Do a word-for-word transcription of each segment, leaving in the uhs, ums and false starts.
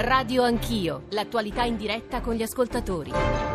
Radio Anch'io, l'attualità in diretta con gli ascoltatori.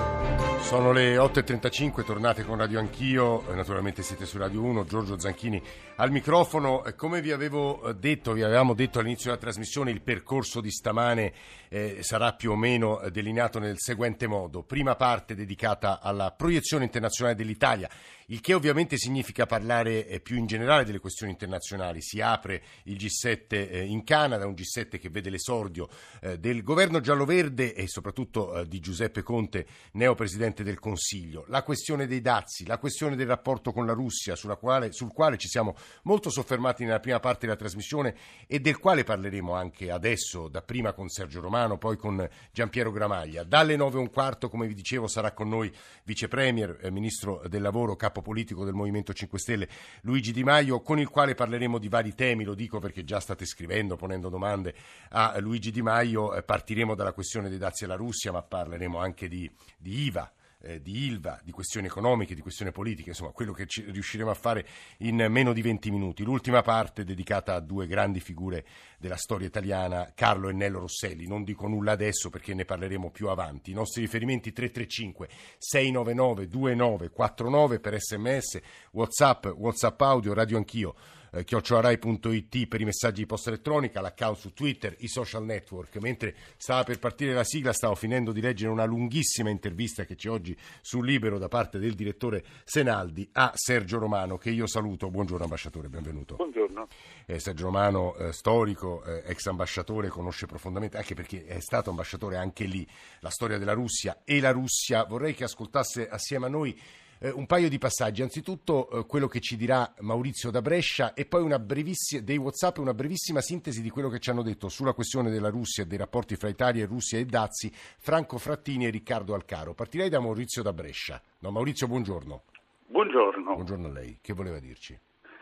Sono le otto e trentacinque, tornate con Radio Anch'io, naturalmente siete su Radio uno, Giorgio Zanchini al microfono. Come vi avevo detto, vi avevamo detto all'inizio della trasmissione, il percorso di stamane eh, sarà più o meno delineato nel seguente modo. Prima parte dedicata alla proiezione internazionale dell'Italia, il che ovviamente significa parlare eh, più in generale delle questioni internazionali. Si apre il G sette eh, in Canada, un G sette che vede l'esordio eh, del governo giallo-verde e soprattutto eh, di Giuseppe Conte, neopresidente del Consiglio. La questione dei dazi, la questione del rapporto con la Russia, sulla quale, sul quale ci siamo molto soffermati nella prima parte della trasmissione e del quale parleremo anche adesso, dapprima con Sergio Romano, poi con Giampiero Gramaglia. Dalle nove e un quarto, come vi dicevo, sarà con noi Vice Premier, eh, Ministro del Lavoro, capo politico del Movimento cinque Stelle, Luigi Di Maio, con il quale parleremo di vari temi. Lo dico perché già state scrivendo, ponendo domande a Luigi Di Maio. Eh, partiremo dalla questione dei dazi alla Russia, ma parleremo anche di, di I V A, Eh, di I L V A, di questioni economiche, di questioni politiche, insomma quello che ci riusciremo a fare in meno di venti minuti. L'ultima parte dedicata a due grandi figure della storia italiana, Carlo e Nello Rosselli. Non dico nulla adesso perché ne parleremo più avanti. I nostri riferimenti tre tre cinque sei nove nove due nove quattro nove per sms, whatsapp, whatsapp audio, Radio Anch'io, eh, chiocciola punto it per i messaggi di posta elettronica, l'account su Twitter, i social network. Mentre stava per partire la sigla stavo finendo di leggere una lunghissima intervista che c'è oggi sul Libero da parte del direttore Senaldi a Sergio Romano, che io saluto. Buongiorno ambasciatore, benvenuto. Buongiorno. Eh, Sergio Romano, eh, storico, eh, ex ambasciatore, conosce profondamente, anche perché è stato ambasciatore anche lì, la storia della Russia e la Russia. Vorrei che ascoltasse assieme a noi Eh, un paio di passaggi. Anzitutto eh, quello che ci dirà Maurizio da Brescia e poi una brevissima dei WhatsApp, una brevissima sintesi di quello che ci hanno detto sulla questione della Russia e dei rapporti fra Italia e Russia e dazi Franco Frattini e Riccardo Alcaro. Partirei da Maurizio da Brescia. No, Maurizio, buongiorno. Buongiorno. Buongiorno a lei. Che voleva dirci?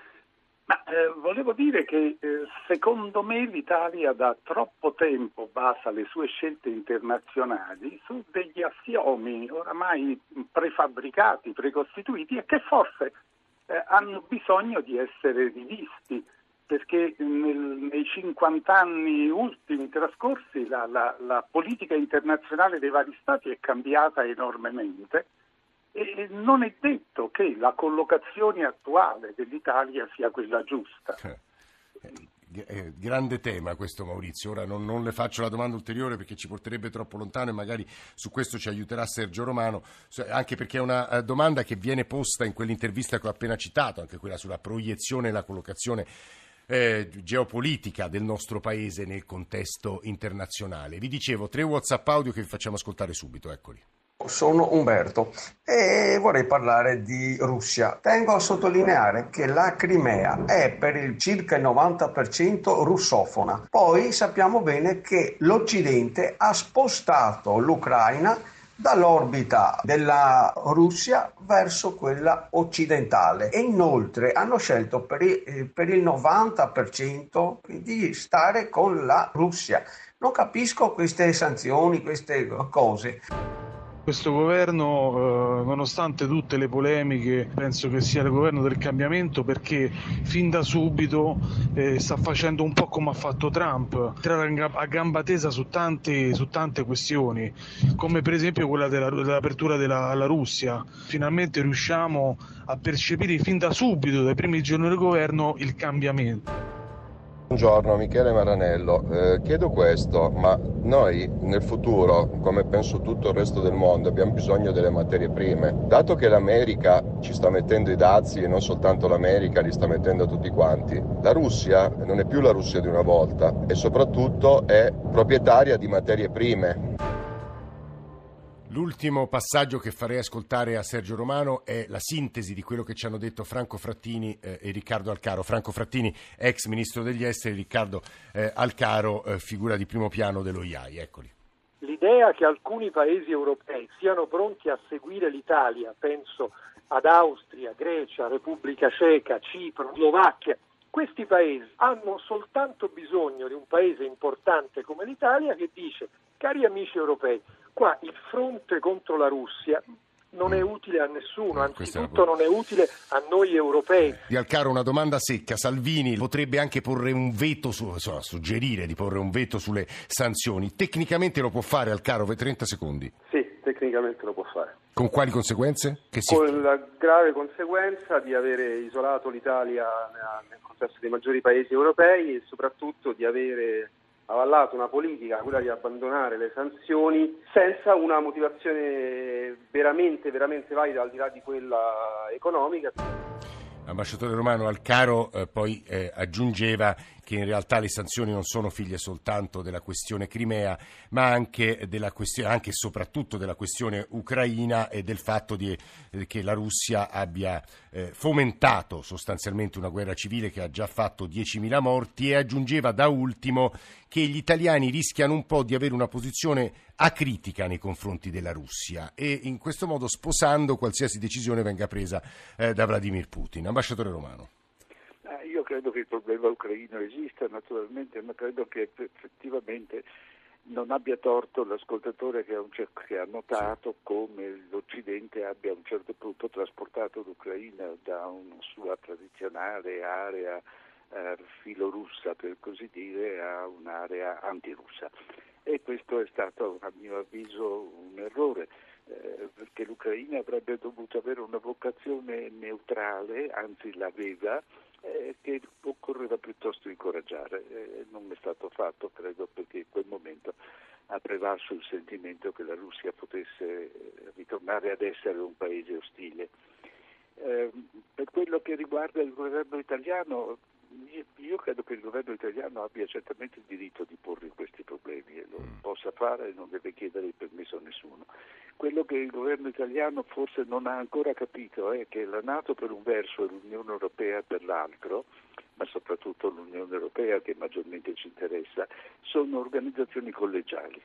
Ma eh, volevo dire che eh, secondo me l'Italia da troppo tempo basa le sue scelte internazionali su degli assiomi oramai prefabbricati, precostituiti e che forse eh, hanno bisogno di essere rivisti, perché nel, nei cinquanta anni ultimi trascorsi la, la, la politica internazionale dei vari stati è cambiata enormemente. E non è detto che la collocazione attuale dell'Italia sia quella giusta. Eh, grande tema questo, Maurizio. Ora non, non le faccio la domanda ulteriore perché ci porterebbe troppo lontano e magari su questo ci aiuterà Sergio Romano, anche perché è una uh, domanda che viene posta in quell'intervista che ho appena citato, anche quella sulla proiezione e la collocazione Eh, geopolitica del nostro paese nel contesto internazionale. Vi dicevo, tre WhatsApp audio che vi facciamo ascoltare subito, eccoli. Sono Umberto e vorrei parlare di Russia. Tengo a sottolineare che la Crimea è per il circa il novanta per cento russofona. Poi sappiamo bene che l'Occidente ha spostato l'Ucraina dall'orbita della Russia verso quella occidentale e inoltre hanno scelto per il, per il novanta per cento di stare con la Russia. Non capisco queste sanzioni, queste cose. Questo governo, eh, nonostante tutte le polemiche, penso che sia il governo del cambiamento, perché fin da subito eh, sta facendo un po' come ha fatto Trump, entrare a gamba tesa su tante, su tante questioni, come per esempio quella della, dell'apertura della, alla Russia. Finalmente riusciamo a percepire fin da subito, dai primi giorni del governo, il cambiamento. Buongiorno, Michele Maranello. Eh, chiedo questo, ma noi nel futuro, come penso tutto il resto del mondo, abbiamo bisogno delle materie prime. Dato che l'America ci sta mettendo i dazi e non soltanto l'America, li sta mettendo tutti quanti, la Russia non è più la Russia di una volta e soprattutto è proprietaria di materie prime. L'ultimo passaggio che farei ascoltare a Sergio Romano è la sintesi di quello che ci hanno detto Franco Frattini eh, e Riccardo Alcaro. Franco Frattini, ex ministro degli esteri, Riccardo eh, Alcaro, eh, figura di primo piano dello I A I. Eccoli. L'idea che alcuni paesi europei siano pronti a seguire l'Italia, penso ad Austria, Grecia, Repubblica Ceca, Cipro, Slovacchia, questi paesi hanno soltanto bisogno di un paese importante come l'Italia che dice: cari amici europei, qua il fronte contro la Russia non mm. è utile a nessuno, eh, anzitutto non è utile a noi europei. Di Alcaro, una domanda secca. Salvini potrebbe anche porre un veto, su, insomma, suggerire di porre un veto sulle sanzioni. Tecnicamente lo può fare, Alcaro, per trenta secondi? Sì, tecnicamente lo può fare. Con quali conseguenze? Che si... Con la grave conseguenza di avere isolato l'Italia nel contesto dei maggiori paesi europei e soprattutto di avere avallato una politica, quella di abbandonare le sanzioni, senza una motivazione veramente, veramente valida al di là di quella economica. Ambasciatore Romano, Alcaro eh, poi eh, aggiungeva che in realtà le sanzioni non sono figlie soltanto della questione Crimea, ma anche della questione, anche e soprattutto della questione ucraina e del fatto di, eh, che la Russia abbia eh, fomentato sostanzialmente una guerra civile che ha già fatto diecimila morti, e aggiungeva da ultimo che gli italiani rischiano un po' di avere una posizione acritica nei confronti della Russia e in questo modo sposando qualsiasi decisione venga presa eh, da Vladimir Putin. Ambasciatore Romano. Io credo che il problema ucraino esista naturalmente, ma credo che effettivamente non abbia torto l'ascoltatore che ha, un cer- che ha notato come l'Occidente abbia a un certo punto trasportato l'Ucraina da una sua tradizionale area eh, filorussa, per così dire, a un'area antirussa. E questo è stato, a mio avviso, un errore. Eh, perché l'Ucraina avrebbe dovuto avere una vocazione neutrale, anzi l'aveva, eh, che occorreva piuttosto incoraggiare. Eh, non è stato fatto, credo, perché in quel momento ha prevalso il sentimento che la Russia potesse ritornare ad essere un paese ostile. Eh, per quello che riguarda il governo italiano, io, io credo che il governo italiano abbia certamente il diritto di porre questi problemi e lo possa fare e non deve chiedere il permesso a nessuno. Quello che il governo italiano forse non ha ancora capito è che la NATO per un verso e l'Unione Europea per l'altro, ma soprattutto l'Unione Europea che maggiormente ci interessa, sono organizzazioni collegiali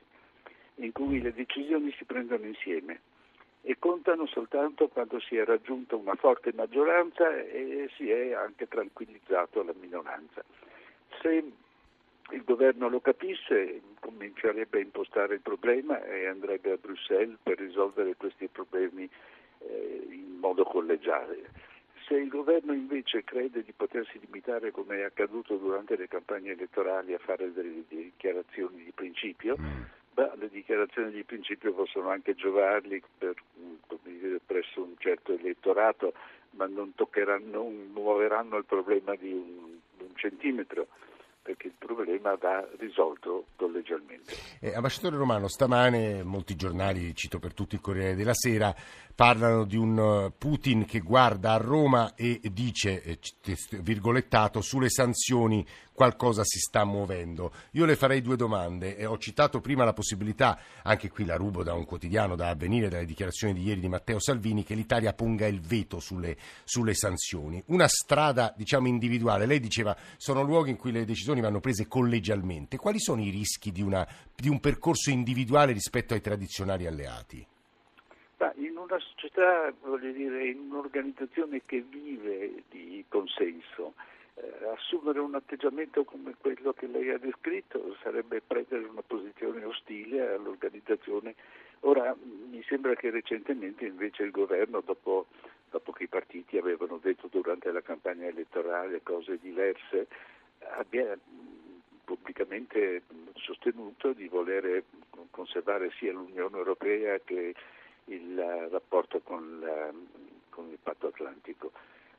in cui le decisioni si prendono insieme e contano soltanto quando si è raggiunta una forte maggioranza e si è anche tranquillizzato la minoranza. Se il governo lo capisse, comincerebbe a impostare il problema e andrebbe a Bruxelles per risolvere questi problemi eh, in modo collegiale. Se il governo invece crede di potersi limitare, come è accaduto durante le campagne elettorali, a fare delle dichiarazioni di principio, beh, le dichiarazioni di principio possono anche giovargli per, come dire, presso un certo elettorato, ma non toccheranno, non muoveranno il problema di un, un centimetro, perché il problema va risolto collegialmente. Eh, Ambasciatore Romano, stamane molti giornali, cito per tutti il Corriere della Sera, parlano di un uh, Putin che guarda a Roma e dice, eh, virgolettato, sulle sanzioni qualcosa si sta muovendo. Io le farei due domande. Eh, ho citato prima la possibilità, anche qui la rubo da un quotidiano, da Avvenire, dalle dichiarazioni di ieri di Matteo Salvini, che l'Italia ponga il veto sulle, sulle sanzioni. Una strada, diciamo, individuale. Lei diceva, sono luoghi in cui le decisioni vanno prese collegialmente. Quali sono i rischi di, una, di un percorso individuale rispetto ai tradizionali alleati? Ma in una società, voglio dire, in un'organizzazione che vive di consenso, eh, assumere un atteggiamento come quello che lei ha descritto sarebbe prendere una posizione ostile all'organizzazione. Ora, mi sembra che recentemente invece il governo, dopo, dopo che i partiti avevano detto durante la campagna elettorale cose diverse, abbia pubblicamente sostenuto di voler conservare sia l'Unione Europea che il rapporto con, la, con il Patto Atlantico.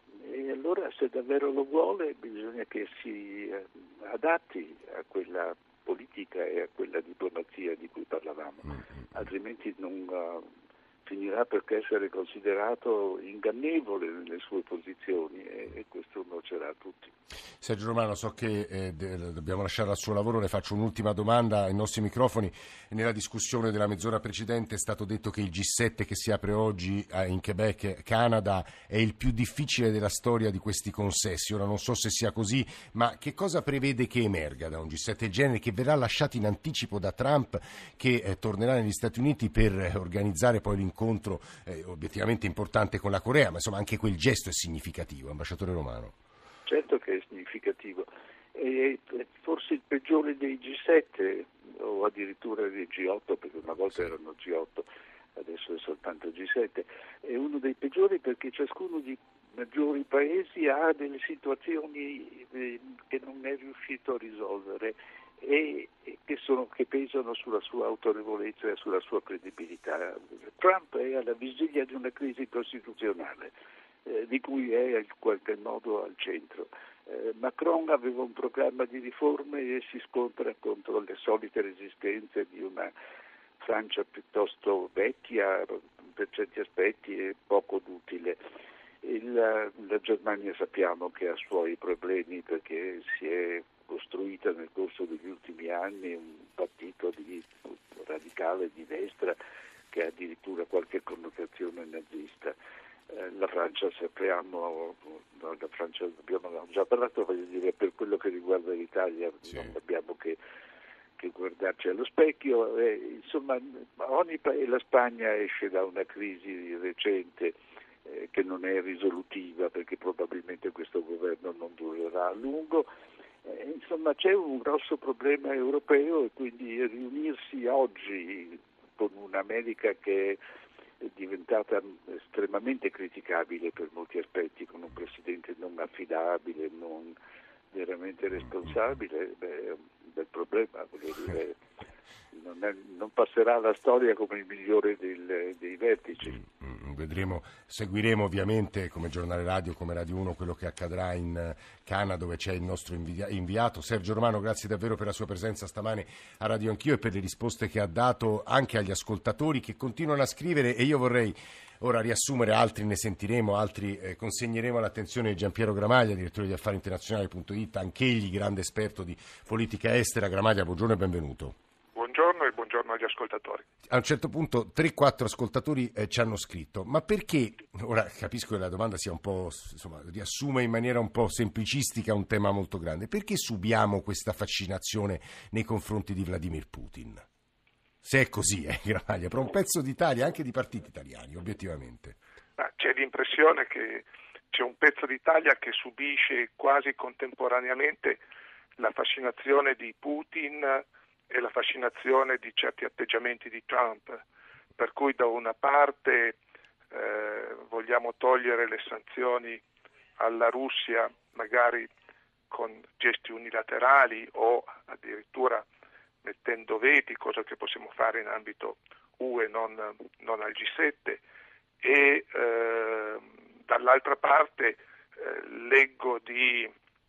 E allora, se davvero lo vuole, bisogna che si adatti a quella politica e a quella diplomazia di cui parlavamo, altrimenti non uh, finirà per essere considerato ingannevole nelle sue posizioni e, e questo nuocerà a tutti. Sergio Romano, so che eh, de- dobbiamo lasciare al suo lavoro, le faccio un'ultima domanda ai nostri microfoni. Nella discussione della mezz'ora precedente è stato detto che il G sette che si apre oggi in Quebec, Canada, è il più difficile della storia di questi consessi. Ora non so se sia così, ma che cosa prevede che emerga da un G sette del genere, che verrà lasciato in anticipo da Trump, che eh, tornerà negli Stati Uniti per eh, organizzare poi l'incontro eh, obiettivamente importante con la Corea, ma insomma anche quel gesto è significativo, ambasciatore Romano. Certo che è significativo, e forse il peggiore dei G sette o addirittura dei G otto, perché una volta erano G otto, adesso è soltanto G sette, è uno dei peggiori perché ciascuno dei maggiori paesi ha delle situazioni eh, che non è riuscito a risolvere e, e che, sono, che pesano sulla sua autorevolezza e sulla sua credibilità. Trump è alla vigilia di una crisi costituzionale eh, di cui è in qualche modo al centro. Eh, Macron aveva un programma di riforme e si scontra contro le solite resistenze di una Francia piuttosto vecchia per certi aspetti e poco utile. Il, la Germania sappiamo che ha suoi problemi perché si è costruita nel corso degli ultimi anni un partito di, radicale di destra che ha addirittura qualche connotazione nazista. Eh, la Francia sappiamo, no, la Francia abbiamo già parlato, voglio dire, per quello che riguarda l'Italia sì. non abbiamo che che guardarci allo specchio, eh, insomma ogni pa- la Spagna esce da una crisi recente eh, che non è risolutiva perché probabilmente questo governo non durerà a lungo, eh, insomma c'è un grosso problema europeo e quindi riunirsi oggi con un'America che è diventata estremamente criticabile per molti aspetti, con un presidente non affidabile, non veramente responsabile, beh, è un bel problema, voglio dire, non, è, non passerà alla storia come il migliore del, dei vertici. Vedremo, seguiremo ovviamente come giornale radio, come Radio uno, quello che accadrà in Canada dove c'è il nostro invia- inviato. Sergio Romano, grazie davvero per la sua presenza stamane a Radio Anch'io e per le risposte che ha dato anche agli ascoltatori che continuano a scrivere, e io vorrei ora riassumere, altri ne sentiremo, altri eh, consegneremo all'attenzione di Giampiero Gramaglia, direttore di affari internazionali punto it, anch'egli grande esperto di politica estera. Gramaglia, buongiorno e benvenuto. Buongiorno e buongiorno agli ascoltatori. A un certo punto tre quattro ascoltatori eh, ci hanno scritto, ma perché, ora capisco che la domanda sia un po', insomma, riassume in maniera un po' semplicistica un tema molto grande, perché subiamo questa fascinazione nei confronti di Vladimir Putin? Se è così, eh, Gramaglia, per un pezzo d'Italia, anche di partiti italiani, obiettivamente. Ma c'è l'impressione che c'è un pezzo d'Italia che subisce quasi contemporaneamente la fascinazione di Putin e la fascinazione di certi atteggiamenti di Trump, per cui da una parte eh, vogliamo togliere le sanzioni alla Russia, magari con gesti unilaterali o addirittura mettendo veti, cosa che possiamo fare in ambito U E, non, non al G sette, e eh, dall'altra parte eh, leggo di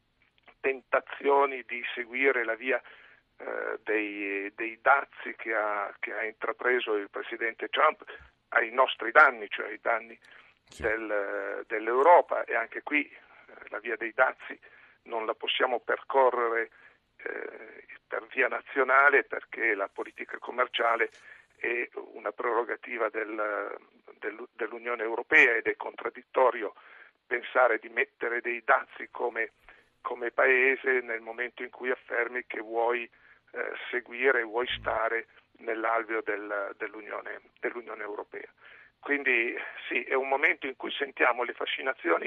tentazioni di seguire la via eh, dei, dei dazi che ha, che ha intrapreso il presidente Trump ai nostri danni, cioè ai danni sì. del, dell'Europa, e anche qui eh, la via dei dazi non la possiamo percorrere eh, per via nazionale perché la politica commerciale è una prerogativa del, del, dell'Unione Europea ed è contraddittorio pensare di mettere dei dazi come, come paese nel momento in cui affermi che vuoi eh, seguire, vuoi stare nell'alveo del, dell'Unione, dell'Unione Europea. Quindi sì, è un momento in cui sentiamo le fascinazioni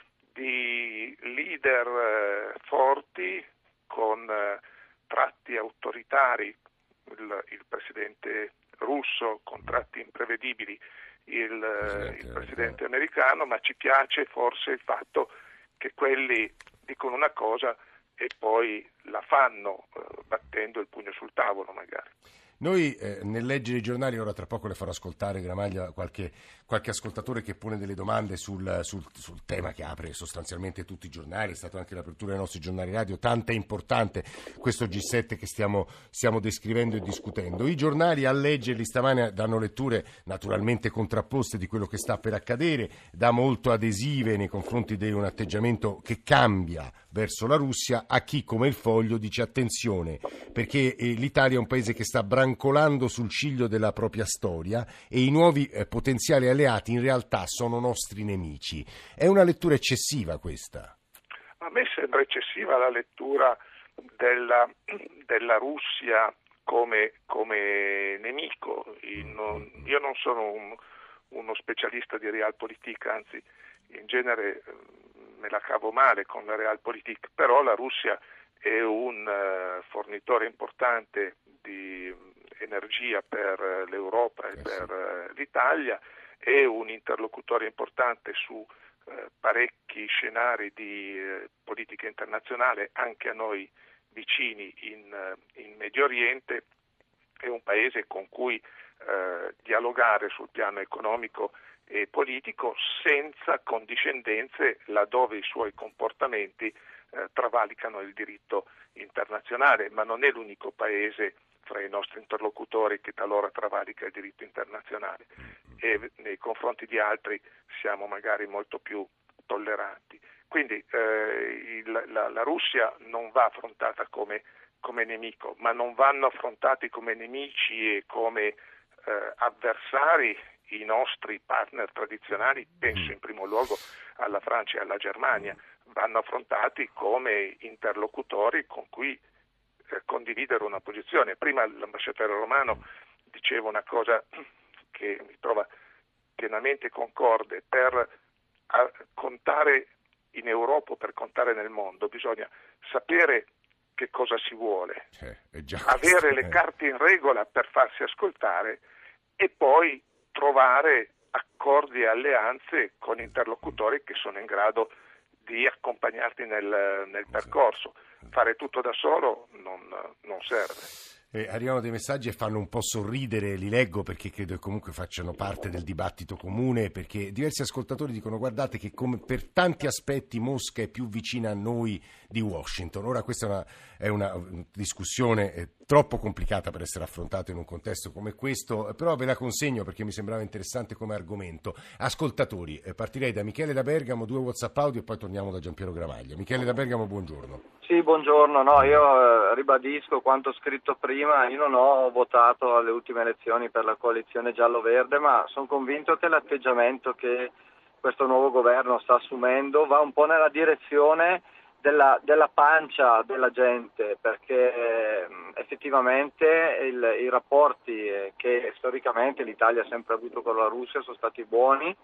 di leader eh, forti con eh, tratti autoritari, il, il presidente russo con tratti imprevedibili, il, eh, il presidente americano, ma ci piace forse il fatto che quelli dicono una cosa e poi la fanno eh, battendo il pugno sul tavolo magari. Noi eh, nel leggere i giornali, ora tra poco le farò ascoltare, Gramaglia, qualche, qualche ascoltatore che pone delle domande sul, sul, sul tema che apre sostanzialmente tutti i giornali, è stata anche l'apertura dei nostri giornali radio, tanto è importante questo G sette che stiamo, stiamo descrivendo e discutendo. I giornali a leggerli stamane danno letture naturalmente contrapposte di quello che sta per accadere, da molto adesive nei confronti di un atteggiamento che cambia verso la Russia, a chi come il Foglio dice attenzione perché eh, l'Italia è un paese che sta brancolando sul ciglio della propria storia e i nuovi eh, potenziali alleati in realtà sono nostri nemici. È una lettura eccessiva questa? A me sembra eccessiva la lettura della, della Russia come, come nemico. Io non, io non sono un, uno specialista di realpolitik, anzi in genere me la cavo male con la realpolitik, però la Russia è un uh, fornitore importante di energia per l'Europa e per l'Italia, è un interlocutore importante su eh, parecchi scenari di eh, politica internazionale, anche a noi vicini in, in Medio Oriente. È un paese con cui eh, dialogare sul piano economico e politico senza condiscendenze laddove i suoi comportamenti eh, travalicano il diritto internazionale, ma non è l'unico paese fra i nostri interlocutori che talora travalica il diritto internazionale, e nei confronti di altri siamo magari molto più tolleranti. Quindi eh, il, la, la Russia non va affrontata come, come nemico, ma non vanno affrontati come nemici e come eh, avversari i nostri partner tradizionali, penso in primo luogo alla Francia e alla Germania, vanno affrontati come interlocutori con cui eh, condividere una posizione. Prima l'ambasciatore romano diceva una cosa che mi trova pienamente concorde: per a, contare in Europa, per contare nel mondo, bisogna sapere che cosa si vuole, eh, già avere le carte in regola per farsi ascoltare e poi trovare accordi e alleanze con interlocutori che sono in grado di accompagnarti nel, nel percorso. Fare tutto da solo non, non serve. Eh, arrivano dei messaggi e fanno un po' sorridere, li leggo perché credo che comunque facciano parte del dibattito comune, perché diversi ascoltatori dicono: guardate che come per tanti aspetti Mosca è più vicina a noi di Washington. Ora questa è una, è una discussione eh, troppo complicata per essere affrontata in un contesto come questo, però ve la consegno perché mi sembrava interessante come argomento. Ascoltatori, eh, partirei da Michele da Bergamo, due WhatsApp audio e poi torniamo da Giampiero Gramaglia. Michele da Bergamo, buongiorno. Sì, buongiorno. No, io eh, ribadisco quanto scritto prima. Io non ho votato alle ultime elezioni per la coalizione giallo-verde, ma sono convinto che l'atteggiamento che questo nuovo governo sta assumendo va un po' nella direzione della, della pancia della gente, perché eh, effettivamente il, i rapporti eh, che storicamente l'Italia ha sempre avuto con la Russia sono stati buoni.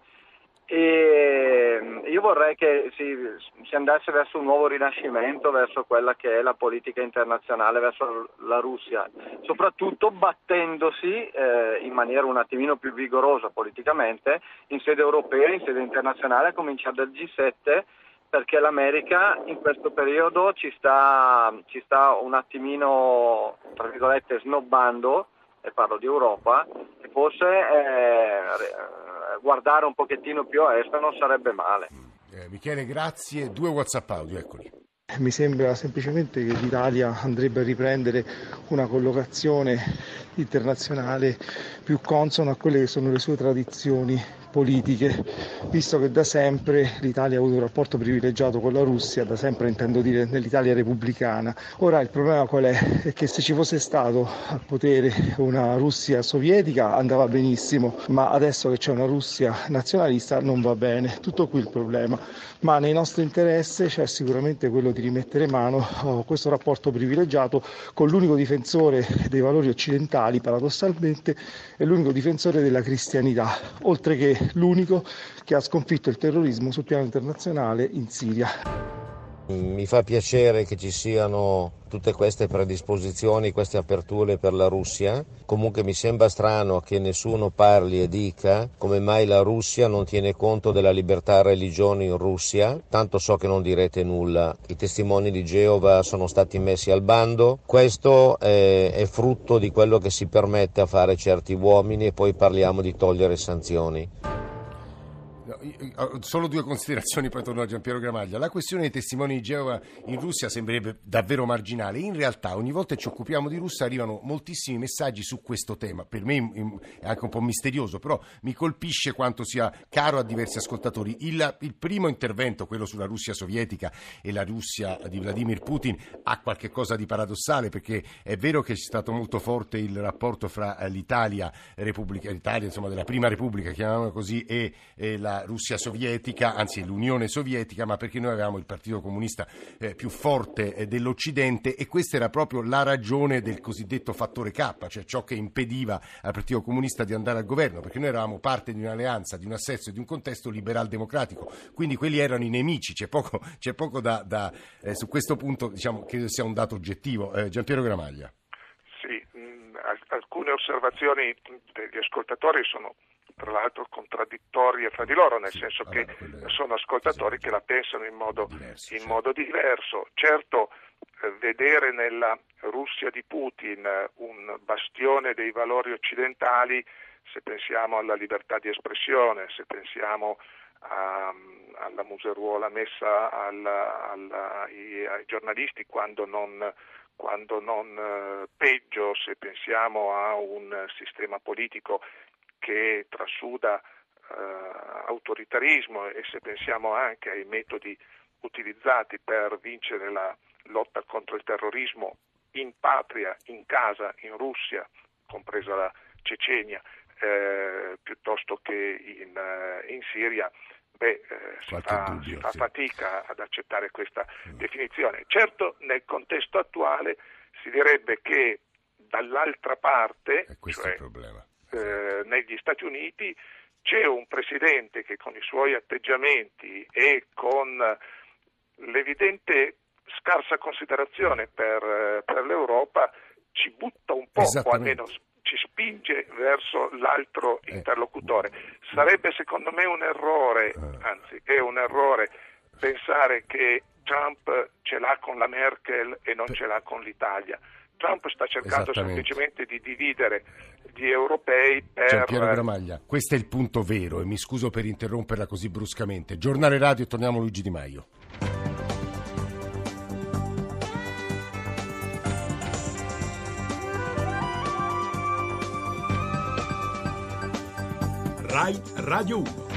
E io vorrei che si, si andasse verso un nuovo rinascimento, verso quella che è la politica internazionale verso la Russia, soprattutto battendosi eh, in maniera un attimino più vigorosa politicamente in sede europea, in sede internazionale, a cominciare dal G sette, perché l'America in questo periodo ci sta, ci sta un attimino, tra virgolette, snobbando, e parlo di Europa, e forse eh, guardare un pochettino più a est non sarebbe male. Eh, Michele, grazie. Due WhatsApp audio, eccoli. Mi sembra semplicemente che l'Italia andrebbe a riprendere una collocazione internazionale più consona a quelle che sono le sue tradizioni politiche, visto che da sempre l'Italia ha avuto un rapporto privilegiato con la Russia, da sempre intendo dire nell'Italia repubblicana. Ora il problema qual è? È che se ci fosse stato al potere una Russia sovietica andava benissimo, ma adesso che c'è una Russia nazionalista non va bene. Tutto qui il problema, ma nel nostro interesse c'è sicuramente quello di rimettere mano a questo rapporto privilegiato con l'unico difensore dei valori occidentali, paradossalmente, e l'unico difensore della cristianità, oltre che l'unico che ha sconfitto il terrorismo sul piano internazionale in Siria. Mi fa piacere che ci siano tutte queste predisposizioni, queste aperture per la Russia. Comunque mi sembra strano che nessuno parli e dica come mai la Russia non tiene conto della libertà di religione in Russia. Tanto so che non direte nulla. I testimoni di Geova sono stati messi al bando. Questo è, è frutto di quello che si permette a fare certi uomini, e poi parliamo di togliere sanzioni. Solo due considerazioni, poi torno a Giampiero Gramaglia. La questione dei testimoni di Geova in Russia sembrerebbe davvero marginale. In realtà ogni volta che ci occupiamo di Russia arrivano moltissimi messaggi su questo tema. Per me è anche un po' misterioso, però mi colpisce quanto sia caro a diversi ascoltatori. Il, il primo intervento, quello sulla Russia sovietica e la Russia di Vladimir Putin, ha qualche cosa di paradossale, perché è vero che c'è stato molto forte il rapporto fra l'Italia, Repubblica, l'Italia insomma della prima Repubblica, chiamiamola così, e, e la Russia sovietica, anzi l'Unione Sovietica, ma perché noi avevamo il Partito Comunista eh, più forte eh, dell'Occidente, e questa era proprio la ragione del cosiddetto fattore K, cioè ciò che impediva al Partito Comunista di andare al governo, perché noi eravamo parte di un'alleanza, di un assesso e di un contesto liberal-democratico, quindi quelli erano i nemici. C'è poco, c'è poco da, da eh, su questo punto, diciamo, credo sia un dato oggettivo. eh, Giampiero Gramaglia. Sì, mh, alcune osservazioni degli ascoltatori sono tra l'altro contraddittorie fra di loro, nel sì, senso vabbè, che quelle... sono ascoltatori sì, che la pensano in modo diverso. In sì. modo diverso. Certo, eh, vedere nella Russia di Putin un bastione dei valori occidentali, se pensiamo alla libertà di espressione, se pensiamo a, alla museruola messa alla, alla, ai, ai giornalisti quando non, quando non eh, peggio, se pensiamo a un sistema politico che trasuda eh, autoritarismo, e se pensiamo anche ai metodi utilizzati per vincere la lotta contro il terrorismo in patria, in casa, in Russia, compresa la Cecenia, eh, piuttosto che in, uh, in Siria, beh, eh, si, fa, dubbio, si fa sì. fatica ad accettare questa mm. definizione. Certo, nel contesto attuale si direbbe che dall'altra parte, e questo cioè, è il problema. Eh, negli Stati Uniti, c'è un presidente che con i suoi atteggiamenti e con l'evidente scarsa considerazione per, per l'Europa ci butta un po', o almeno ci spinge verso l'altro eh. interlocutore. Sarebbe secondo me un errore, anzi è un errore pensare che Trump ce l'ha con la Merkel e non ce l'ha con l'Italia. Trump sta cercando semplicemente di dividere gli europei per... Giampiero Gramaglia, questo è il punto vero, e mi scuso per interromperla così bruscamente. Giornale Radio, torniamo Luigi Di Maio. Rai Radio uno.